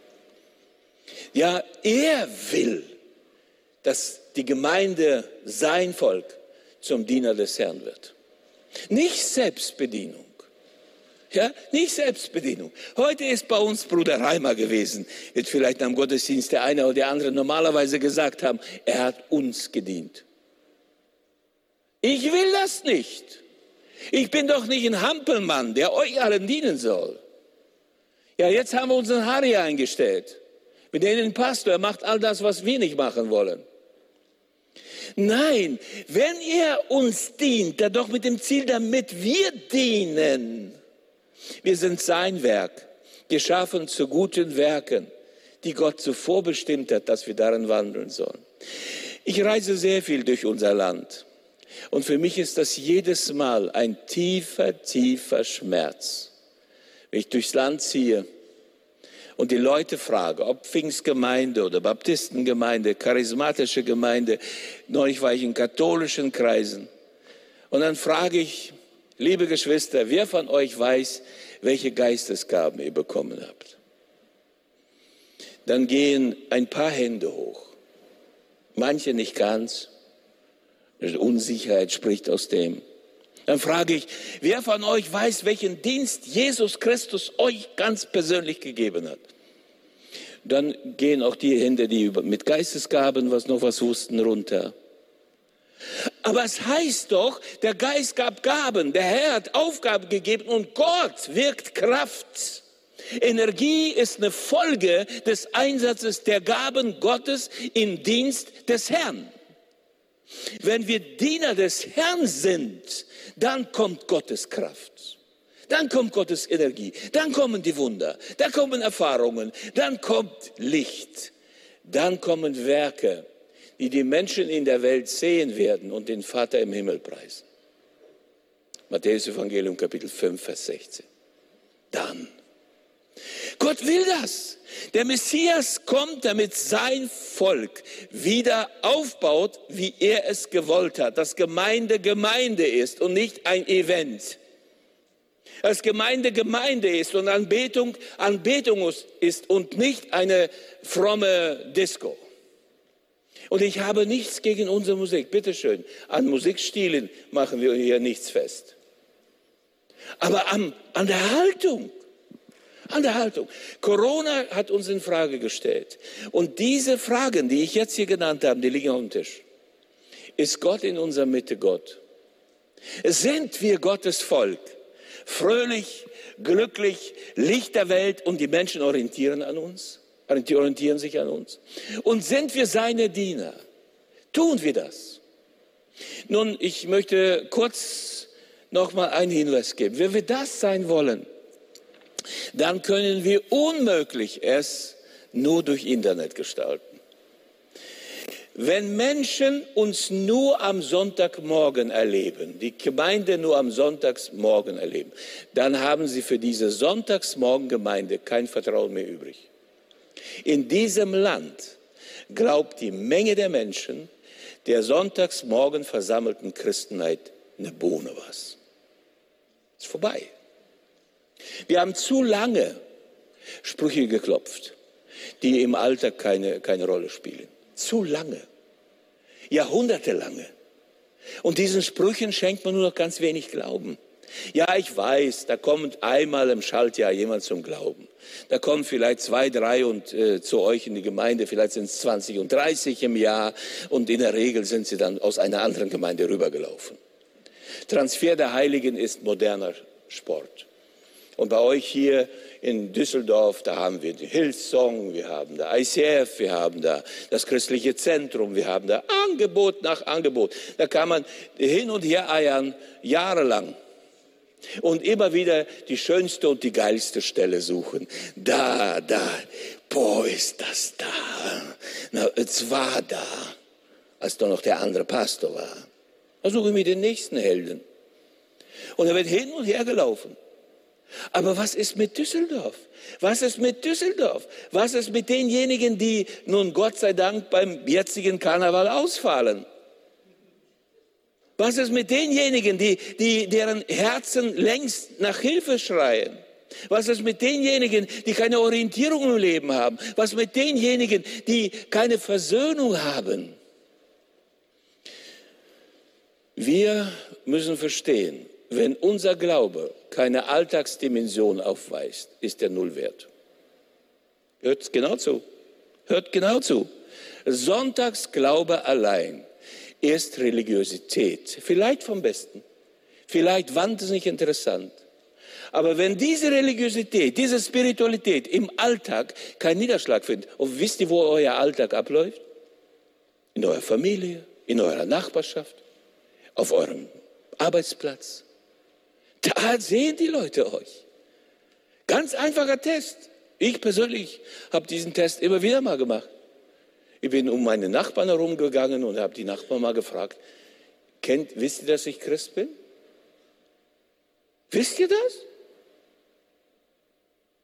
Ja, er will, dass die Gemeinde, sein Volk, zum Diener des Herrn wird. Nicht Selbstbedienung. Ja, nicht Selbstbedienung. Heute ist bei uns Bruder Reimer gewesen. Wird vielleicht am Gottesdienst der eine oder der andere normalerweise gesagt haben, er hat uns gedient. Ich will das nicht. Ich bin doch nicht ein Hampelmann, der euch allen dienen soll. Ja, jetzt haben wir unseren Harry eingestellt. Wir nennen den Pastor, er macht all das, was wir nicht machen wollen. Nein, wenn er uns dient, dann doch mit dem Ziel, damit wir dienen. Wir sind sein Werk, geschaffen zu guten Werken, die Gott zuvor bestimmt hat, dass wir darin wandeln sollen. Ich reise sehr viel durch unser Land und für mich ist das jedes Mal ein tiefer, tiefer Schmerz, wenn ich durchs Land ziehe und die Leute frage, ob Pfingstgemeinde oder Baptistengemeinde, charismatische Gemeinde, neulich war ich in katholischen Kreisen, und dann frage ich, liebe Geschwister, wer von euch weiß, welche Geistesgaben ihr bekommen habt? Dann gehen ein paar Hände hoch, manche nicht ganz, Unsicherheit spricht aus dem. Dann frage ich, wer von euch weiß, welchen Dienst Jesus Christus euch ganz persönlich gegeben hat? Dann gehen auch die Hände, die mit Geistesgaben was wussten, runter. Aber es heißt doch, der Geist gab Gaben, der Herr hat Aufgaben gegeben und Gott wirkt Kraft. Energie ist eine Folge des Einsatzes der Gaben Gottes im Dienst des Herrn. Wenn wir Diener des Herrn sind, dann kommt Gottes Kraft, dann kommt Gottes Energie, dann kommen die Wunder, dann kommen Erfahrungen, dann kommt Licht, dann kommen Werke, die die Menschen in der Welt sehen werden und den Vater im Himmel preisen. Matthäus Evangelium Kapitel 5, Vers 16. Dann. Gott will das. Der Messias kommt, damit sein Volk wieder aufbaut, wie er es gewollt hat. Dass Gemeinde Gemeinde ist und nicht ein Event. Dass Gemeinde Gemeinde ist und Anbetung Anbetung ist und nicht eine fromme Disco. Und ich habe nichts gegen unsere Musik. Bitteschön, an Musikstilen machen wir hier nichts fest. Aber an der Haltung. An der Haltung. Corona hat uns in Frage gestellt. Und diese Fragen, die ich jetzt hier genannt habe, die liegen auf dem Tisch. Ist Gott in unserer Mitte Gott? Sind wir Gottes Volk? Fröhlich, glücklich, Licht der Welt und die Menschen orientieren sich an uns? Und sind wir seine Diener? Tun wir das? Nun, ich möchte kurz noch mal einen Hinweis geben. Wenn wir das sein wollen, dann können wir unmöglich es nur durch Internet gestalten. Wenn Menschen uns nur am Sonntagmorgen erleben, die Gemeinde nur am Sonntagsmorgen erleben, dann haben sie für diese Sonntagsmorgengemeinde kein Vertrauen mehr übrig. In diesem Land glaubt die Menge der Menschen der Sonntagsmorgen versammelten Christenheit eine Bohne was. Ist vorbei. Wir haben zu lange Sprüche geklopft, die im Alltag keine Rolle spielen. Zu lange. Jahrhundertelange. Und diesen Sprüchen schenkt man nur noch ganz wenig Glauben. Ja, ich weiß, da kommt einmal im Schaltjahr jemand zum Glauben. Da kommen vielleicht 2, 3 und zu euch in die Gemeinde, vielleicht sind es 20 und 30 im Jahr. Und in der Regel sind sie dann aus einer anderen Gemeinde rübergelaufen. Transfer der Heiligen ist moderner Sport. Und bei euch hier in Düsseldorf, da haben wir die Hillsong, wir haben da ICF, wir haben da das christliche Zentrum, wir haben da Angebot nach Angebot. Da kann man hin und her eiern, jahrelang. Und immer wieder die schönste und die geilste Stelle suchen. Da, boah, ist das da. Na, es war da, als doch noch der andere Pastor war. Da suche ich mir den nächsten Helden. Und er wird hin und her gelaufen. Aber was ist mit Düsseldorf? Was ist mit Düsseldorf? Was ist mit denjenigen, die nun Gott sei Dank beim jetzigen Karneval ausfallen? Was ist mit denjenigen, deren Herzen längst nach Hilfe schreien? Was ist mit denjenigen, die keine Orientierung im Leben haben? Was mit denjenigen, die keine Versöhnung haben? Wir müssen verstehen, wenn unser Glaube keine Alltagsdimension aufweist, ist er null wert. Hört genau zu. Hört genau zu. Sonntagsglaube allein ist Religiosität. Vielleicht vom Besten. Vielleicht wahnsinnig interessant. Aber wenn diese Religiosität, diese Spiritualität im Alltag keinen Niederschlag findet, und wisst ihr, wo euer Alltag abläuft? In eurer Familie, in eurer Nachbarschaft, auf eurem Arbeitsplatz. Da sehen die Leute euch. Ganz einfacher Test. Ich persönlich habe diesen Test immer wieder mal gemacht. Ich bin um meine Nachbarn herumgegangen und habe die Nachbarn mal gefragt, wisst ihr, dass ich Christ bin? Wisst ihr das?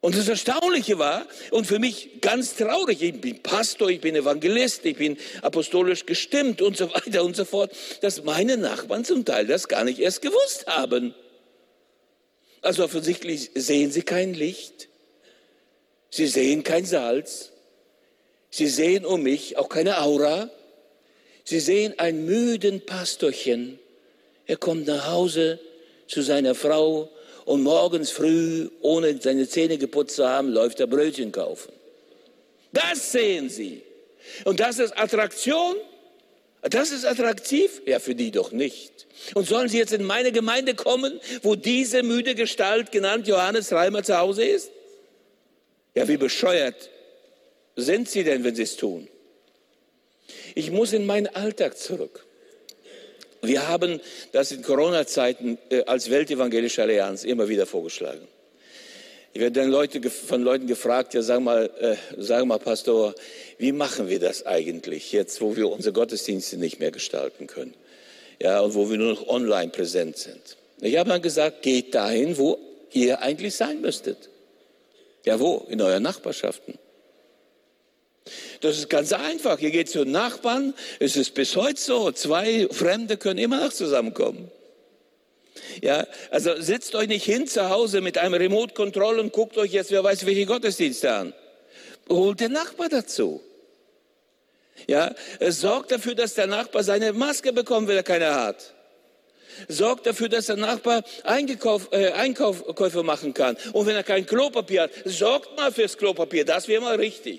Und das Erstaunliche war, und für mich ganz traurig, ich bin Pastor, ich bin Evangelist, ich bin apostolisch gestimmt und so weiter und so fort, dass meine Nachbarn zum Teil das gar nicht erst gewusst haben. Also offensichtlich sehen sie kein Licht, sie sehen kein Salz, sie sehen um mich auch keine Aura, sie sehen einen müden Pastorchen. Er kommt nach Hause zu seiner Frau und morgens früh, ohne seine Zähne geputzt zu haben, läuft er Brötchen kaufen. Das sehen sie. Und das ist Attraktion? Das ist attraktiv? Ja, für die doch nicht. Und sollen sie jetzt in meine Gemeinde kommen, wo diese müde Gestalt, genannt Johannes Reimer, zu Hause ist? Ja, wie bescheuert sind sie denn, wenn sie es tun? Ich muss in meinen Alltag zurück. Wir haben das in Corona-Zeiten als Weltevangelische Allianz immer wieder vorgeschlagen. Ich werde dann von Leuten gefragt, ja, sag mal, Pastor, wie machen wir das eigentlich jetzt, wo wir unsere Gottesdienste nicht mehr gestalten können? Ja, und wo wir nur noch online präsent sind. Ich habe dann gesagt, geht dahin, wo ihr eigentlich sein müsstet. Ja, wo? In euren Nachbarschaften. Das ist ganz einfach. Ihr geht zu den Nachbarn. Es ist bis heute so. 2 Fremde können immer noch zusammenkommen. Ja, also sitzt euch nicht hin zu Hause mit einem Remote-Control und guckt euch jetzt, wer weiß, welche Gottesdienste an. Holt den Nachbar dazu. Ja, sorgt dafür, dass der Nachbar seine Maske bekommt, wenn er keine hat. Sorgt dafür, dass der Nachbar Einkäufe machen kann. Und wenn er kein Klopapier hat, sorgt mal fürs Klopapier. Das wäre mal richtig.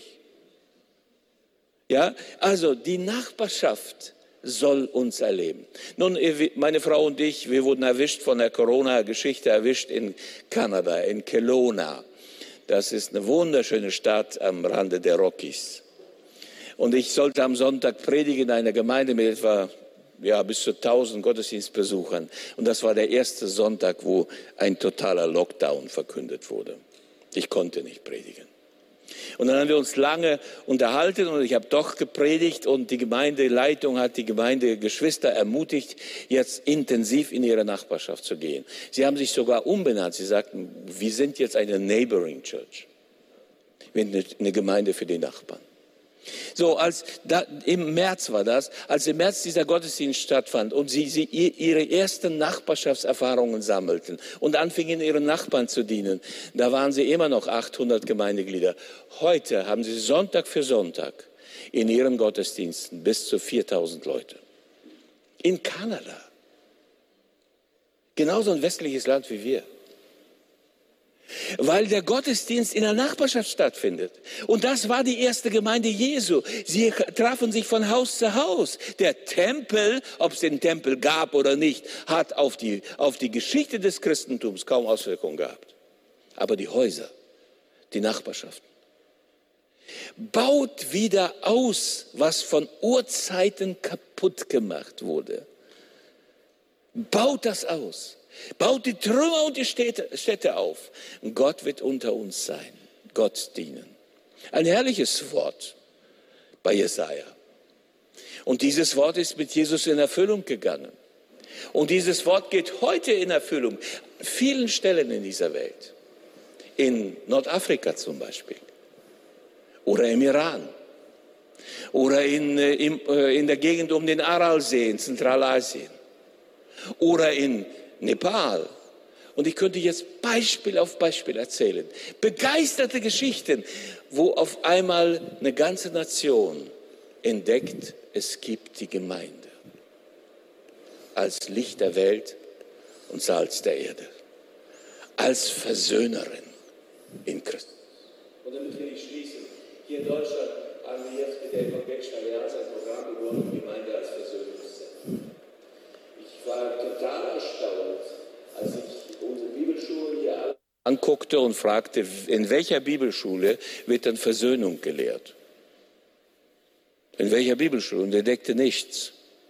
Ja, also die Nachbarschaft soll uns erleben. Nun, meine Frau und ich, wir wurden erwischt von der Corona-Geschichte, erwischt in Kanada, in Kelowna. Das ist eine wunderschöne Stadt am Rande der Rockies. Und ich sollte am Sonntag predigen in einer Gemeinde mit etwa bis zu 1000 Gottesdienstbesuchern. Und das war der erste Sonntag, wo ein totaler Lockdown verkündet wurde. Ich konnte nicht predigen. Und dann haben wir uns lange unterhalten und ich habe doch gepredigt und die Gemeindeleitung hat die Gemeindegeschwister ermutigt, jetzt intensiv in ihre Nachbarschaft zu gehen. Sie haben sich sogar umbenannt. Sie sagten, wir sind jetzt eine Neighboring Church. Wir sind eine Gemeinde für die Nachbarn. So, im März war das, als im März dieser Gottesdienst stattfand und sie ihre ersten Nachbarschaftserfahrungen sammelten und anfingen, ihren Nachbarn zu dienen, da waren sie immer noch 800 Gemeindeglieder. Heute haben sie Sonntag für Sonntag in ihren Gottesdiensten bis zu 4000 Leute. In Kanada. Genauso ein westliches Land wie wir. Weil der Gottesdienst in der Nachbarschaft stattfindet. Und das war die erste Gemeinde Jesu. Sie trafen sich von Haus zu Haus. Der Tempel, ob es den Tempel gab oder nicht, hat auf die Geschichte des Christentums kaum Auswirkungen gehabt. Aber die Häuser, die Nachbarschaften. Baut wieder aus, was von Urzeiten kaputt gemacht wurde. Baut das aus. Baut die Trümmer und die Städte auf. Und Gott wird unter uns sein. Gott dienen. Ein herrliches Wort bei Jesaja. Und dieses Wort ist mit Jesus in Erfüllung gegangen. Und dieses Wort geht heute in Erfüllung. An vielen Stellen in dieser Welt. In Nordafrika zum Beispiel. Oder im Iran. Oder in der Gegend um den Aralsee in Zentralasien. Oder in Nepal. Und ich könnte jetzt Beispiel auf Beispiel erzählen. Begeisterte Geschichten, wo auf einmal eine ganze Nation entdeckt, es gibt die Gemeinde. Als Licht der Welt und Salz der Erde. Als Versöhnerin in Christus. Und damit will ich schließen. Hier in Deutschland haben wir jetzt mit der Evangelischen Allianz ein Programm gewonnen, Gemeinde als Versöhnungszentrum. Ich war total erstaunt, als ich unsere Bibelschule hier anguckte und fragte, in welcher Bibelschule wird dann Versöhnung gelehrt? In welcher Bibelschule? Und er entdeckte nichts.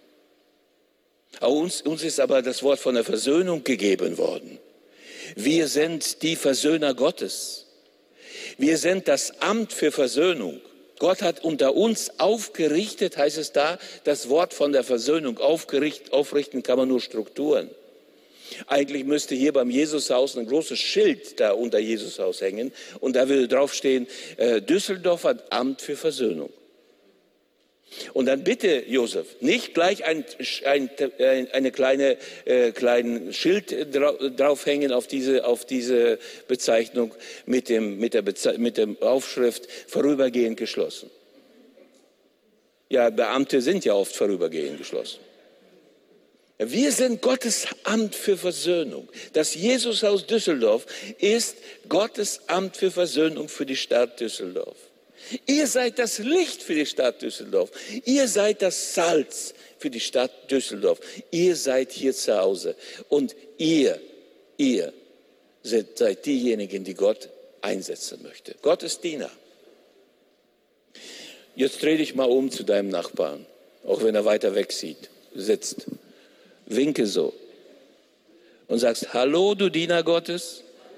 Uns ist aber das Wort von der Versöhnung gegeben worden. Wir sind die Versöhner Gottes. Wir sind das Amt für Versöhnung. Gott hat unter uns aufgerichtet, heißt es da, das Wort von der Versöhnung. Aufrichten kann man nur Strukturen. Eigentlich müsste hier beim Jesushaus ein großes Schild da unter Jesushaus hängen und da würde draufstehen, Düsseldorfer Amt für Versöhnung. Und dann bitte, Josef, nicht gleich eine kleinen Schild draufhängen auf diese Bezeichnung mit der Aufschrift vorübergehend geschlossen. Ja, Beamte sind ja oft vorübergehend geschlossen. Wir sind Gottes Amt für Versöhnung. Das Jesushaus Düsseldorf ist Gottes Amt für Versöhnung für die Stadt Düsseldorf. Ihr seid das Licht für die Stadt Düsseldorf. Ihr seid das Salz für die Stadt Düsseldorf. Ihr seid hier zu Hause. Und ihr seid diejenigen, die Gott einsetzen möchte. Gottes Diener. Jetzt dreh dich mal um zu deinem Nachbarn, auch wenn er weiter weg sitzt. Winke so und sagst, hallo, du Diener Gottes.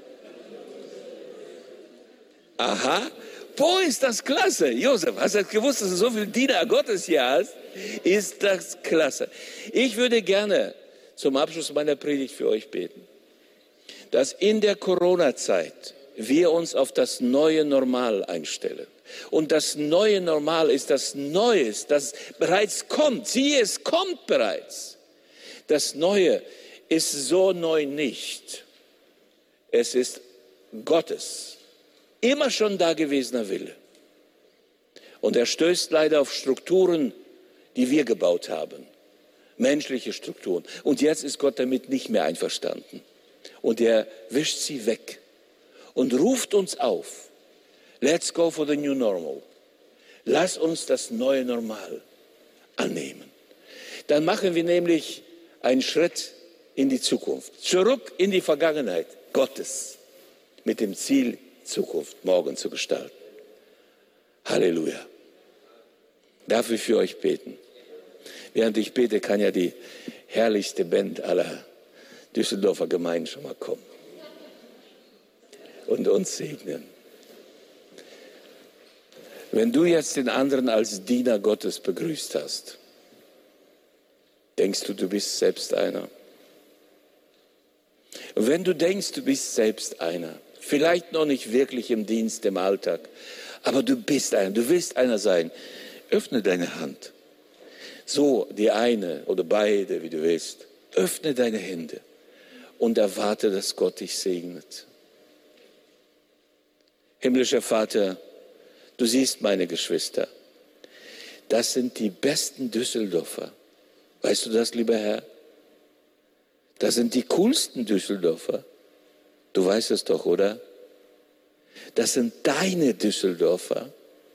Aha. Boah, ist das klasse. Josef, hast du gewusst, dass du so viele Diener Gottes hier hast? Ist das klasse. Ich würde gerne zum Abschluss meiner Predigt für euch beten, dass in der Corona-Zeit wir uns auf das neue Normal einstellen. Und das neue Normal ist das Neues, das bereits kommt. Siehe, es kommt bereits. Das Neue ist so neu nicht. Es ist Gottes immer schon dagewesener Wille. Und er stößt leider auf Strukturen, die wir gebaut haben. Menschliche Strukturen. Und jetzt ist Gott damit nicht mehr einverstanden. Und er wischt sie weg und ruft uns auf. Let's go for the new normal. Lass uns das neue Normal annehmen. Dann machen wir nämlich einen Schritt in die Zukunft. Zurück in die Vergangenheit Gottes. Mit dem Ziel, Zukunft morgen zu gestalten. Halleluja. Darf ich für euch beten? Während ich bete, kann ja die herrlichste Band aller Düsseldorfer Gemeinden schon mal kommen und uns segnen. Wenn du jetzt den anderen als Diener Gottes begrüßt hast, denkst du bist selbst einer? Und wenn du denkst, du bist selbst einer, vielleicht noch nicht wirklich im Dienst, im Alltag, aber du bist einer, du willst einer sein. Öffne deine Hand. So, die eine oder beide, wie du willst. Öffne deine Hände und erwarte, dass Gott dich segnet. Himmlischer Vater, du siehst meine Geschwister. Das sind die besten Düsseldorfer. Weißt du das, lieber Herr? Das sind die coolsten Düsseldorfer. Du weißt es doch, oder? Das sind deine Düsseldorfer.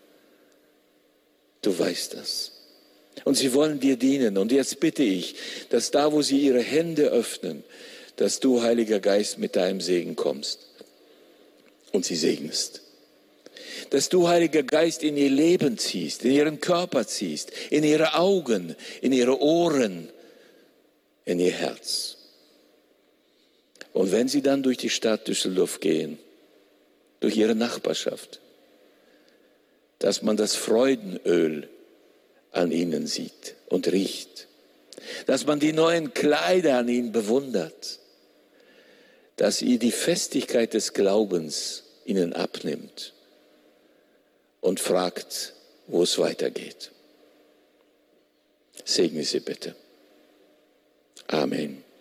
Du weißt das. Und sie wollen dir dienen. Und jetzt bitte ich, dass da, wo sie ihre Hände öffnen, dass du, Heiliger Geist, mit deinem Segen kommst und sie segnest. Dass du, Heiliger Geist, in ihr Leben ziehst, in ihren Körper ziehst, in ihre Augen, in ihre Ohren, in ihr Herz. Und wenn sie dann durch die Stadt Düsseldorf gehen, durch ihre Nachbarschaft, dass man das Freudenöl an ihnen sieht und riecht, dass man die neuen Kleider an ihnen bewundert, dass sie die Festigkeit des Glaubens ihnen abnimmt und fragt, wo es weitergeht. Segne sie bitte. Amen.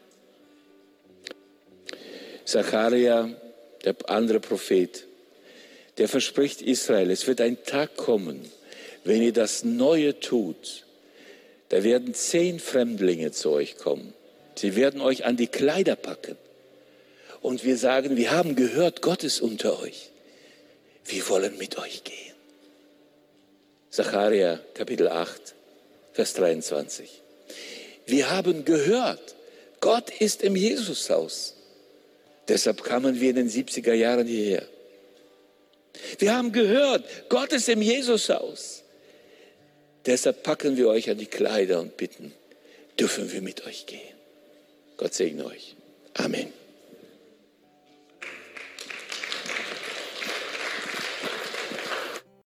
Zacharia, der andere Prophet, der verspricht Israel, es wird ein Tag kommen, wenn ihr das Neue tut, da werden 10 Fremdlinge zu euch kommen. Sie werden euch an die Kleider packen. Und wir sagen, wir haben gehört, Gott ist unter euch. Wir wollen mit euch gehen. Zacharia, Kapitel 8, Vers 23. Wir haben gehört, Gott ist im Jesushaus. Deshalb kamen wir in den 70er Jahren hierher. Wir haben gehört, Gott ist im Jesushaus. Deshalb packen wir euch an die Kleider und bitten, dürfen wir mit euch gehen. Gott segne euch. Amen.